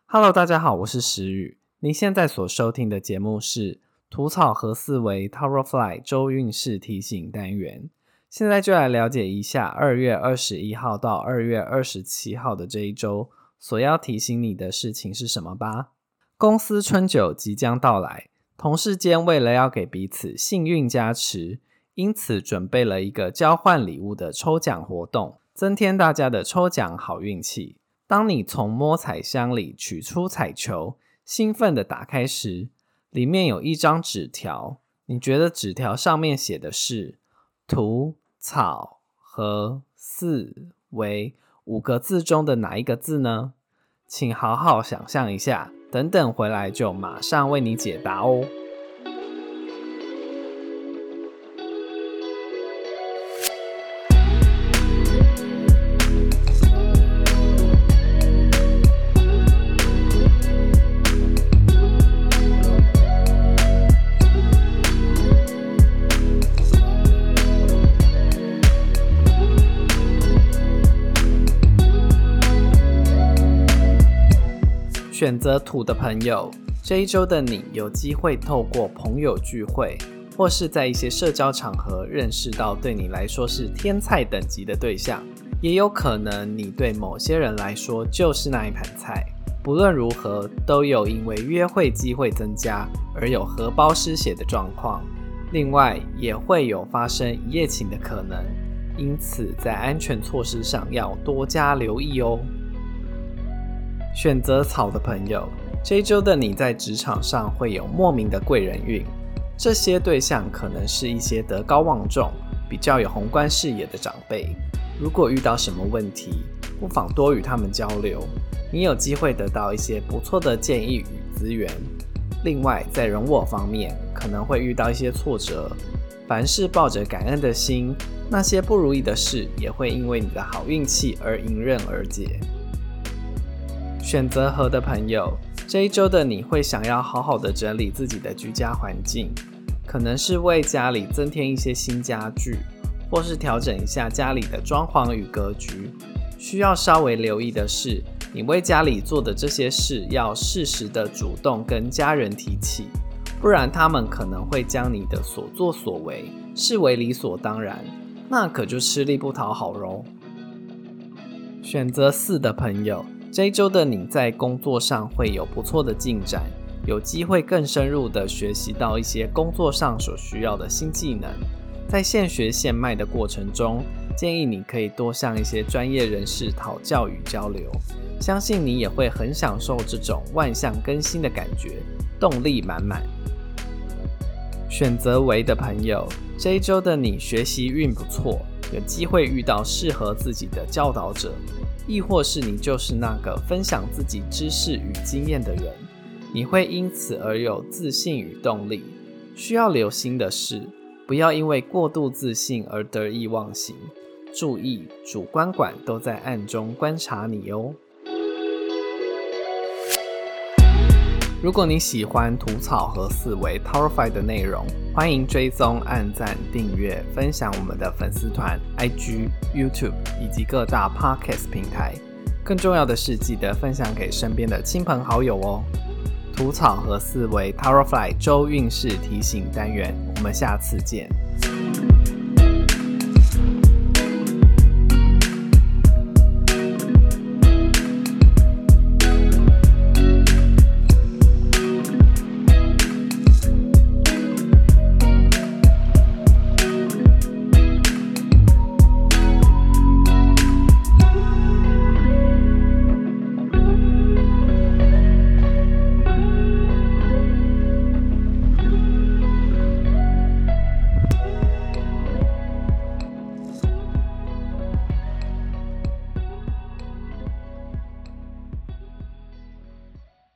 Hello， 大家好，我是石宇。您现在所收听的节目是吐草和四维 Towerfly 周运势提醒单元。现在就来了解一下2月21号到2月27号的这一周所要提醒你的事情是什么吧。公司春酒即将到来，同事间为了要给彼此幸运加持，因此准备了一个交换礼物的抽奖活动，增添大家的抽奖好运气。当你从摸彩箱里取出彩球，兴奋地打开时，里面有一张纸条。你觉得纸条上面写的是吐草和四维5个字中的哪一个字呢？请好好想象一下，等等回来就马上为你解答哦。选择土的朋友，这一周的你有机会透过朋友聚会，或是在一些社交场合认识到对你来说是天菜等级的对象，也有可能你对某些人来说就是那一盘菜。不论如何，都有因为约会机会增加而有荷包失血的状况，另外也会有发生一夜情的可能，因此在安全措施上要多加留意哦。选择草的朋友，这一周的你在职场上会有莫名的贵人运，这些对象可能是一些德高望重、比较有宏观视野的长辈。如果遇到什么问题，不妨多与他们交流，你有机会得到一些不错的建议与资源。另外，在人我方面，可能会遇到一些挫折，凡事抱着感恩的心，那些不如意的事也会因为你的好运气而迎刃而解。选择合的朋友，这一周的你会想要好好的整理自己的居家环境，可能是为家里增添一些新家具，或是调整一下家里的装潢与格局。需要稍微留意的是，你为家里做的这些事要适时的主动跟家人提起，不然他们可能会将你的所作所为视为理所当然，那可就吃力不讨好咯。选择4的朋友，这一周的你在工作上会有不错的进展，有机会更深入的学习到一些工作上所需要的新技能。在现学现卖的过程中，建议你可以多向一些专业人士讨教与交流，相信你也会很享受这种万象更新的感觉，动力满满。选择为的朋友，这一周的你学习运不错，有机会遇到适合自己的教导者，亦或是你就是那个分享自己知识与经验的人，你会因此而有自信与动力。需要留心的是，不要因为过度自信而得意忘形，注意主观管都在暗中观察你哦。如果你喜欢吐草和四维 Towerfly 的内容，欢迎追踪、按赞、订阅、分享我们的粉丝团、IG、YouTube 以及各大 Podcast 平台。更重要的是，记得分享给身边的亲朋好友哦。吐草和四维 Towerfly 周运势提醒单元，我们下次见。